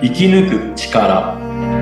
生き抜く力。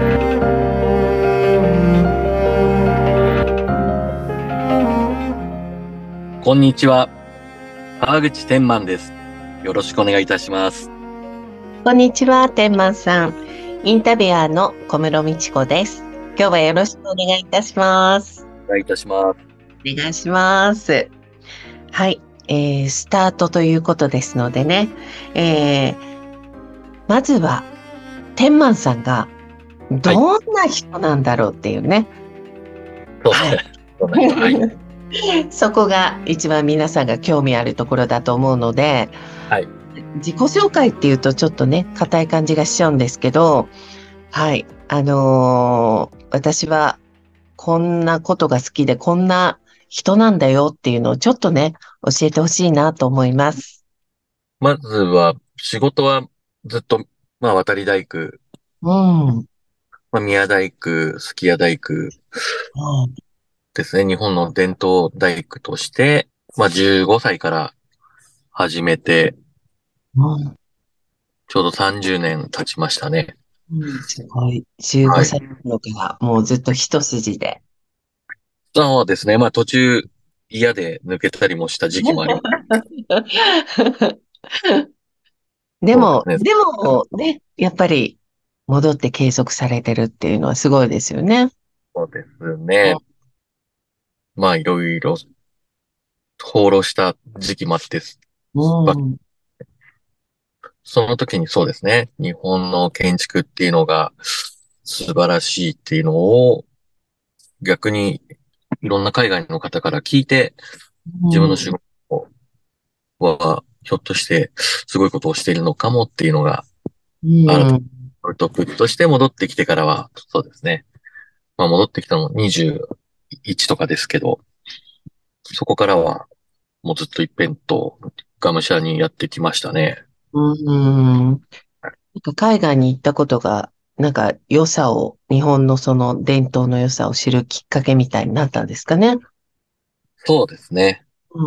こんにちは。川口天満です。よろしくお願いいたします。 こんにちは、天満さん。インタビュアーの小室美智子です。今日はよろしくお願いいたします。 お願いいたします。 お願いします。はい、スタートということですのでね、えーまずは天満さんがはい。 どんな人なんだろうっていうね。はい。 そうですね。そんな人。はい。 そこが一番皆さんが興味あるところだと思うので、 はい。 自己紹介っていうとちょっとね、硬い感じがしちゃうんですけど、はい。私はこんなことが好きで、こんな人なんだよっていうのをちょっとね、教えてほしいなと思います。 まずは、仕事はずっと、渡り大工、 うん。 宮大工、すき家大工うん。 ですね。日本の伝統大工として、15歳から始めて、 うん。 ちょうど30年経ちましたね。 うん、すごい。15 はい。 歳の頃からもうずっと一筋で。 そうですね。途中、嫌で抜けたりもした時期もあります。 でも、 そうですね。 でもね、やっぱり戻って継続されてるっていうのはすごいですよね。 そうですね。いろいろ放浪した時期もあって、 うばん。 その時にそうですね、日本の建築っていうのが素晴らしいっていうのを逆にいろんな海外の方から聞いて、自分の仕うん。 事はひょっとしてすごいことをしているのかもっていうのがう新たなん。 アウトプットとして戻ってきてからは、そうですね。戻ってきたの21とかですけど、そこからはもうずっと一辺とがむしゃらにやってきましたね。 うん。なんか海外に行ったことが、なんか良さを、日本のその伝統の良さを知るきっかけみたいになったんですかね。 そうですね。 うん。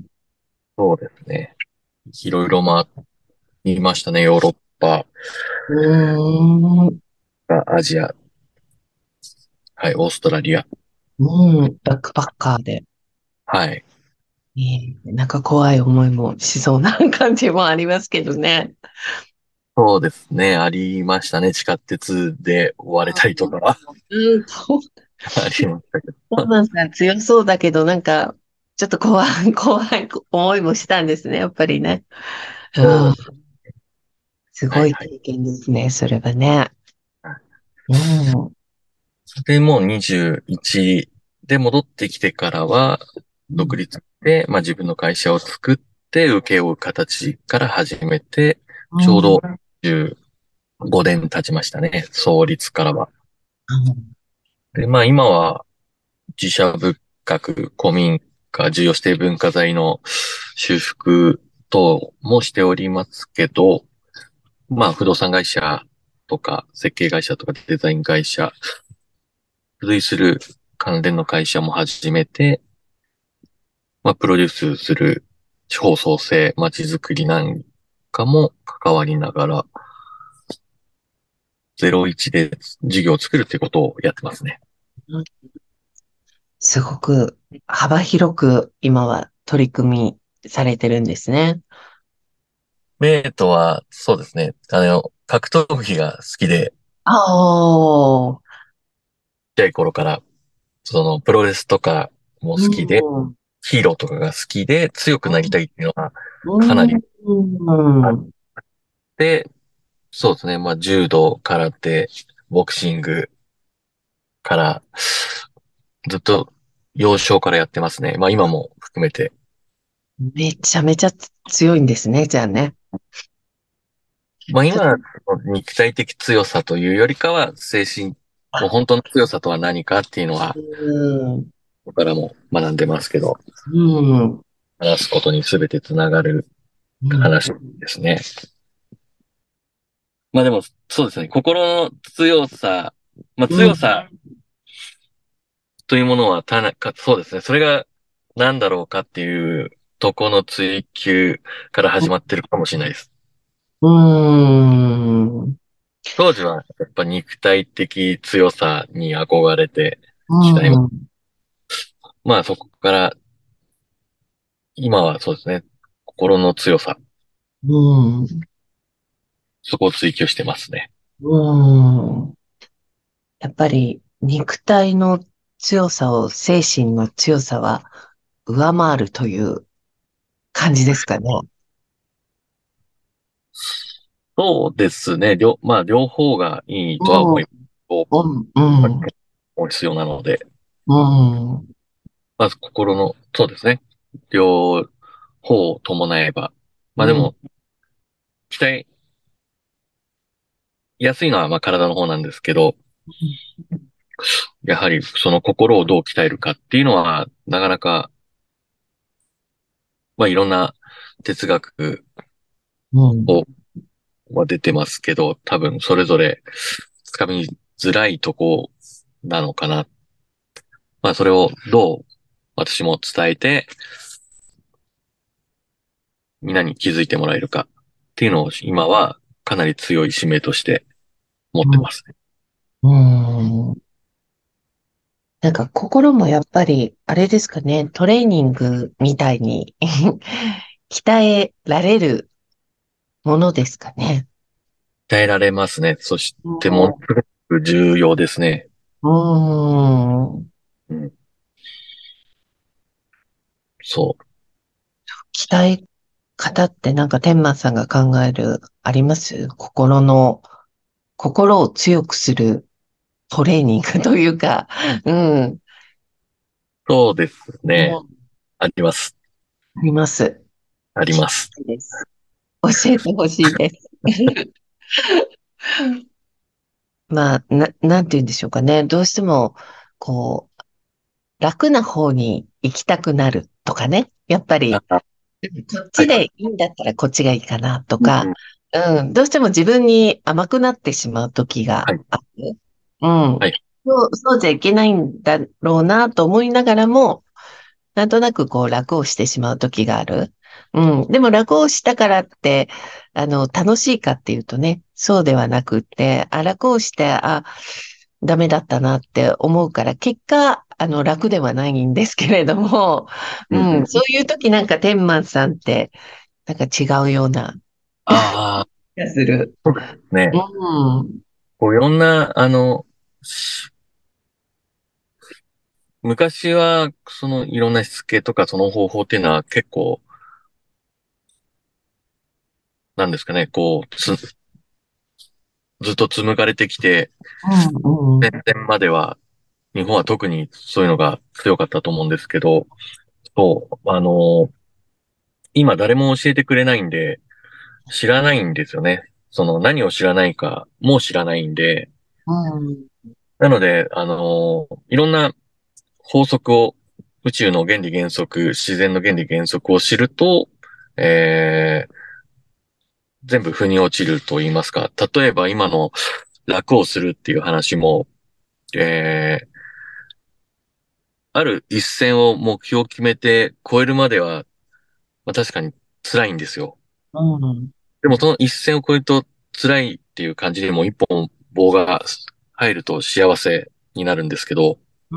そうですね。いろいろ回りましたね。ヨーロッパ、 うーん。 アジア、はい、オーストラリア。 うん。バックパッカーで。 はい。 なんか怖い思いもしそうな感じもありますけどね。 そうですね。ありましたね。地下鉄で追われたりとかうん。そう、 ありましたけトーど。 マンさん強そうだけど、なんか、ちょっと怖い、怖い思いもしたんですね、やっぱりね。うん。 そうです。 すはい、はい。 ごい経験ですね、それはね。うん。 で、もう21で戻ってきてからは、 うん。 独立して、自分の会社を作って請け負う形から始めて、 うん。 ちょうど15年経ちましたね。創立からは。で、今は自社仏閣、古民家、重要指定文化財の修復等もしておりますけど、不動産会社とか設計会社とかデザイン会社、付随する関連の会社も始めて、プロデュースする地方創生、街づくりなんかも関わりながら、01で事業を作るっていうことをやってますね。 うん。すごく幅広く今は取り組みされてるんですね。 メイトは、そうですね。格闘技が好きで、 ああ、 ちっちゃい頃から、プロレスとかも好うきで、 ん、 ヒーローとかが好きで強くなりたいっていうのがうかなりあっん、 て、そうですね。柔道、空手、ボクシングからずっと幼少からやってますね。今も含めて。 めちゃめちゃ強いんですね、じゃあね。ちょっと、 今、肉体的強さというよりかは、もうあ、 本当の強さとは何かっていうのは、 うん、 ここからも学んでますけど、 うん、 話すことに全てつながるうん、 話ですね。でも、そうですね。心の強さ、 うん。 強さというものはそうですね。それが何だろうかっていうとこの追求から始まってるかもしれないです。 うん。 当時はやっぱ肉体的強さに憧れてうしまいまん、うす。まあそこから今はそうですね、心の強さ、 ん、 そこを追求してますね。 うん。やっぱり肉体の強さを精神の強さは上回るという感じですかね。 そうですね、まあ両方がいいとはうん、 思います。こうん、 うまあうん、 も必要なので、 うん。 まず心の、そうですね、両方を伴えば、まあでうん、 も、鍛えやすいのはまあ体の方なんですけど、やはりその心をどう鍛えるかっていうのは、なかなか、まあいろんな哲学うん、 法は出てますけど、多分それぞれつかみづらいとこなのかな。まあそれをどう私も伝えて、皆に気づいてもらえるかっていうのを今はかなり強い使命として持ってますね。 うん。なんか心もやっぱり、あれですかね、トレーニングみたいに鍛えられるものですかね。 鍛えられますね。そしうてものん。 すごく重要ですね。 うん。 うん、そう。 鍛え方ってなんか天満さんが考える、あります心を強くするトレーニングというか、うん。 そうですね。 うん。 あります。 あります。 あります。 いいです。教えてほしいです。まあ、なんて言うんでしょうかね。どうしても、こう、楽な方に行きたくなるとかね。やっぱり、 あ、 こっはい。 ちでいいんだったらこっちがいいかなとか、 うん、 うん、どうしても自分に甘くなってしまう時がはい。 ある。うん。 はい。 そうじゃいけないんだろうなと思いながらも、なんとなくこう楽をしてしまう時がある。うん。でも楽をしたからって、楽しいかっていうとね、そうではなくって、楽をして、ダメだったなって思うから、結果、楽ではないんですけれども、 うんうん。 うん。そういう時なんか天満さんって、なんか違うようなああ、 気がする。 そうですね。 うん。 こういろんな、し昔は、そのいろんなしつけとかその方法っていうのは結構、なんですかね、ずっと紡がれてきて、 うん、うん。 戦前までは、日本は特にそういうのが強かったと思うんですけど、そう、今誰も教えてくれないんで、知らないんですよね。その何を知らないかも知らないんで、 うん。 なので、いろんな法則を、宇宙の原理原則、自然の原理原則を知ると、えー、全部腑に落ちると言いますか。例えば今の楽をするっていう話も、えー、ある一線を目標を決めて超えるまでは、まあ、確かに辛いんですよ。 うん。 でもその一線を越えると辛いっていう感じでも一本棒が入ると幸せになるんですけど、 うん。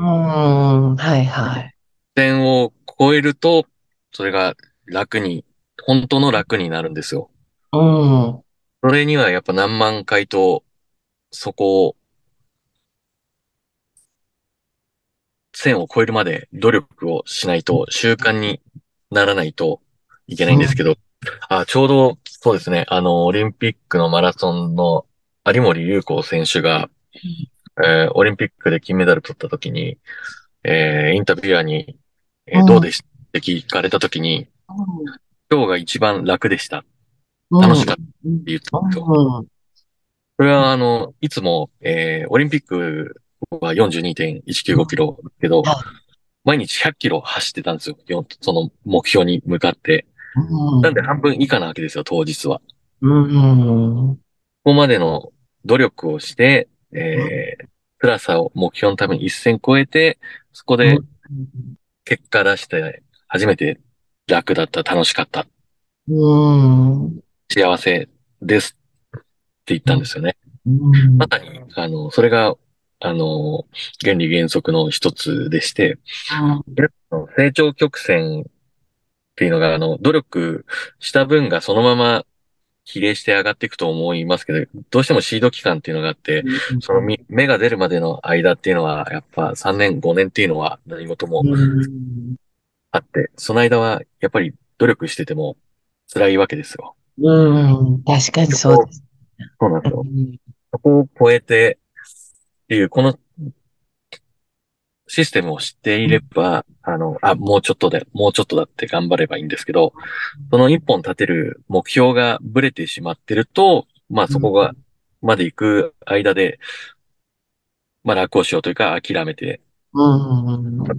はい、はい。 一線を越えると、それが楽に、本当の楽になるんですよ。 うん。 それにはやっぱ何万回と、そこを、線を越えるまで努力をしないと、習慣にならないといけないんですけど、ちょうど、そうですね、オリンピックのマラソンの有森裕子選手が、オリンピックで金メダル取った時に、インタビュアーに、 うん。 どうでしたって聞かれた時に、 うん。 今日が一番楽でした。 うん。 楽しかったって言ったんですよ。 うん。 それは、いつも、オリンピックは42.195キロだけど、 はい。 毎日100キロ走ってたんですよ。その目標に向かって。 うん。 なんで半分以下なわけですよ、当日は。こうん。 こまでの努力をして、辛さを目標のために一線越えて、そこで結果出して初めて楽だった、楽しかった、 うん。 幸せですって言ったんですよね。 うん。 まさに、それが、原理原則の一つでして、成長曲線っていうのが、努力した分がそのまま比例して上がっていくと思いますけど、どうしてもシード期間っていうのがあって、その芽が出るまでの間っていうのは、やっぱ3年、5年っていうのは何事もうん。 あって、その間はやっぱり努力してても辛いわけですよ。 うん。確かにそこ、 そうです。 そうなんですよ。 うん。 そこを超えてっていう、このシステムを知っていれば、もうちょっとで、もうちょっとだって頑張ればいいんですけど、その一本立てる目標がブレてしまってると、まあうん。 そこが、まで行く間で、まあ楽をしようというか諦めてうん。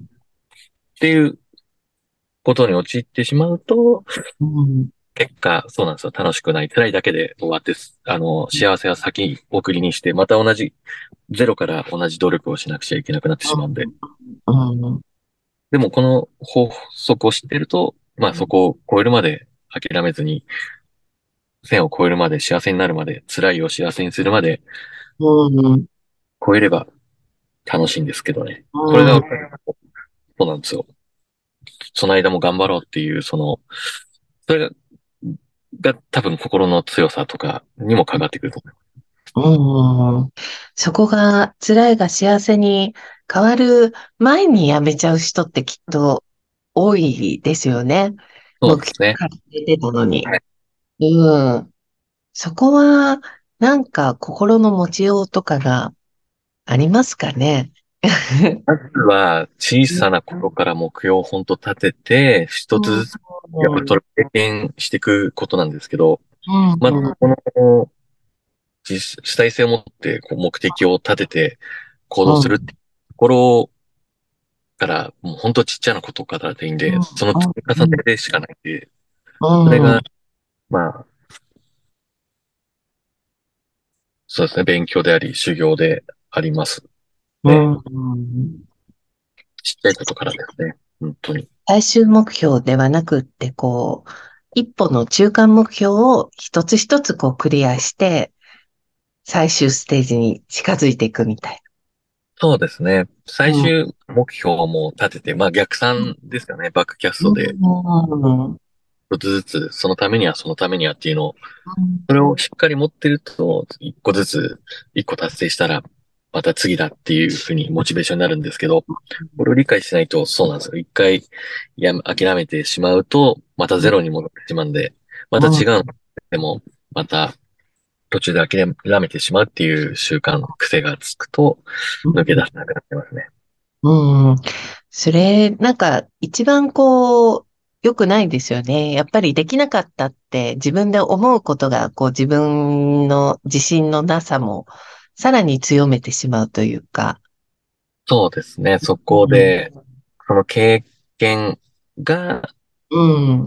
っていうことに陥ってしまうと、 うん。 結果、そうなんですよ。楽しくない、辛いだけで終わって、幸せは先送りにして、またゼロから同じ努力をしなくちゃいけなくなってしまうんで。 うん。 でもこの法則を知ってると、まあそこを超えるまで諦めずに、線を超えるまで幸せになるまで、辛いを幸せにするまでうん。 超えれば楽しいんですけどね。これが、 うん。 そうなんですよ。その間も頑張ろうっていう、それが多分心の強さとかにもかかってくると思います。 うん。そこが辛いが幸せに変わる前にやめちゃう人ってきっと多いですよね。目標そうですね。 から出てたのに。うん。そこは、なんか心の持ちようとかがありますかね。 まずは小さなことから目標を本当立てて、一つうん。 ずつ、やっぱりそれを経験していくことなんですけど、まずうん。 この主体性を持ってこう目的を立てて行動するっていうところから、もう本当ちっちゃなことからでいいんで、その積み重ねでしかないんで、それが、まあ、そうですね、勉強であり、修行でありますね。 うん。うん。 ちっちゃいことからですね。本当に。 最終目標ではなくって、一歩の中間目標を一つ一つクリアして、最終ステージに近づいていくみたいそうですね。最な。 終目標も立てて、まあ逆算ですよね。バックキャスうトで、 ん。 一つずつ、そのためにはそのためにはっていうのを、それをしっかり持ってると、一個ずつ、一個達成したら、また次だっていうふうにモチベーションになるんですけど、これを理解しないとそうなんですよ。一回諦めてしまうと、またゼロに戻ってしまうんで、また違うの。でも、また途中で諦めてしまうっていう習慣、癖がつくと、抜け出せなくなってますね。 うん。それ、なんか、一番良くないですよね。やっぱりできなかったって自分で思うことが、自分の自信のなさも、さらに強めてしまうというか。 そうですね。そうん。 こで、その経験がうん。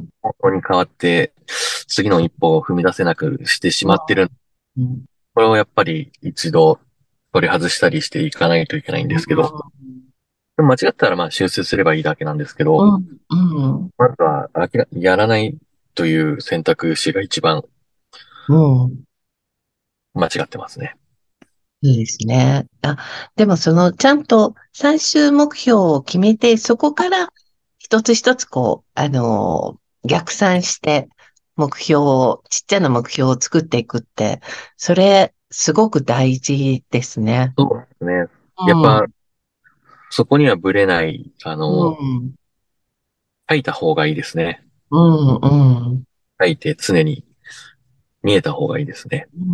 本当に変わって、次の一歩を踏み出せなくしてしまってる。 うん。 これをやっぱり一度取り外したりしていかないといけないんですけど、でも間違ったらまあ修正すればいいだけなんですけど、 うん。うん。 まずはやらないという選択肢が一番うん。 間違ってますね。 いいですね。でもちゃんと最終目標を決めて、そこから一つ一つ逆算して、ちっちゃな目標を作っていくって、それ、すごく大事ですね。 そうですね。 うん。 やっぱそこにはぶれない、 うん。 書いた方がいいですね。 うん。うん。 書いて常に見えた方がいいですね。 うん。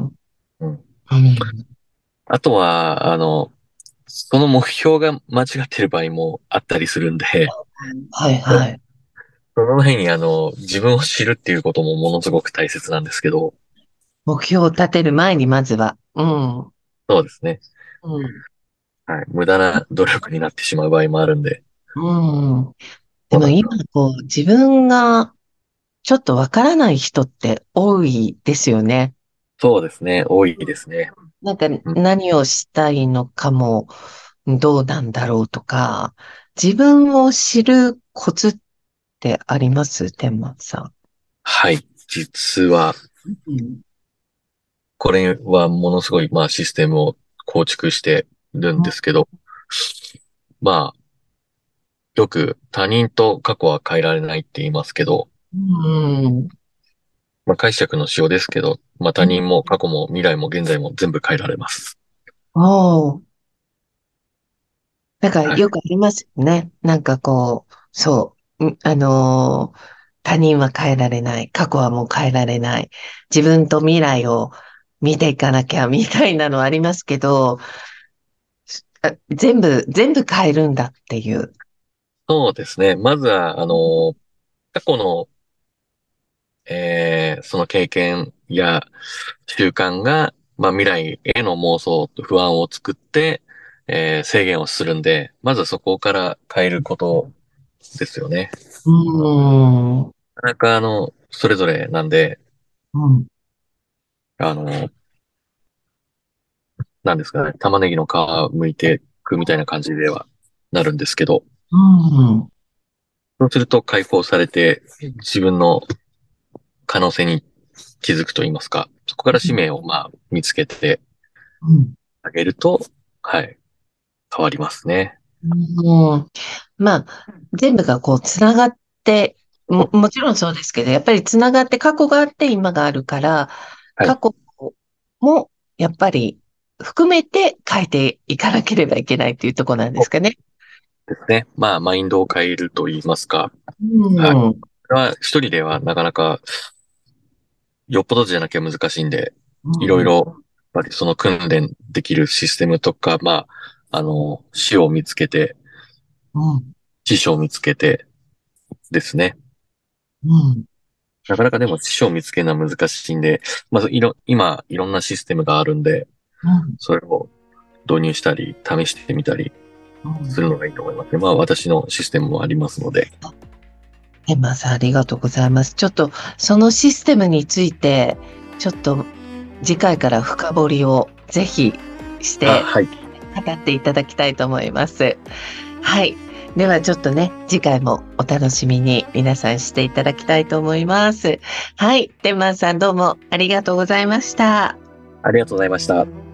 うん。 うん。あとは、その目標が間違ってる場合もあったりするんで、 はいはい。 その前に自分を知るっていうこともものすごく大切なんですけど、 目標を立てる前にまずは。うん。 そうですね。 うん。 はい。無駄な努力になってしまう場合もあるんで、 うん。でも今、 そうなんですよ。 自分がちょっとわからない人って多いですよね。 そうですね。多いですね。 なんかうん、 何をしたいのかもどうなんだろうとか、自分を知るコツってあります天満さはい。実は、 ん？うん。 これはものすごい、まあ、システムを構築してるんですけど、まあ、よく他人と過去は変えられないって言いますけど、 うん。 まあ、解釈の仕様ですけど、まあ、他人も過去も未来も現在も全部変えられます。 おー。なんかはい。 よくありますよね。なんかこう、そう、他人は変えられない。過去はもう変えられない。自分と未来を見ていかなきゃみたいなのありますけど、全部変えるんだっていう。 そうですね。まずは、過去の、その経験や習慣が、まあ、未来への妄想と不安を作って、制限をするんで、まずそこから変えることですよね。 うーん。 なかなか、それぞれなんで、 うん。 あの、なんですかね、玉ねぎの皮剥いていくみたいな感じではなるんですけど、 うん。 そうすると解放されて、自分の可能性に気づくと言いますか、そこから使命をまあ見つけてうん。 あげると、はい、変わりますね。 うん。まあ、全部がこう、つながって、もちろんそうですけど、やっぱりつながって過去があって今があるから、 はい。 過去もやっぱり含めて変えていかなければいけないというところなんですかね。 ですね。まあ、マインドを変えると言いますか。はい。 うん。 これは一人ではなかなか、よっぽどじゃなきゃ難しいんで、 うん。 いろいろ、やっぱりその訓練できるシステムとか、まあ、死を見つけて、 うん。 師匠を見つけてですね。 うん。 なかなかでも師匠を見つけるのは難しいんで、まず今、いろんなシステムがあるんで、 うん。 それを導入したり、試してみたりうん。 するのがいいと思いますね。まあ、私のシステムもありますので。 エマさん、ありがとうございます。ちょっと、そのシステムについて、ちょっと次回から深掘りをぜひしあ、 てはい。 語っていただきたいと思います。はい。ではちょっとね、次回もお楽しみに皆さんしていただきたいと思います。はい。天満さんどうもありがとうございました。 ありがとうございました。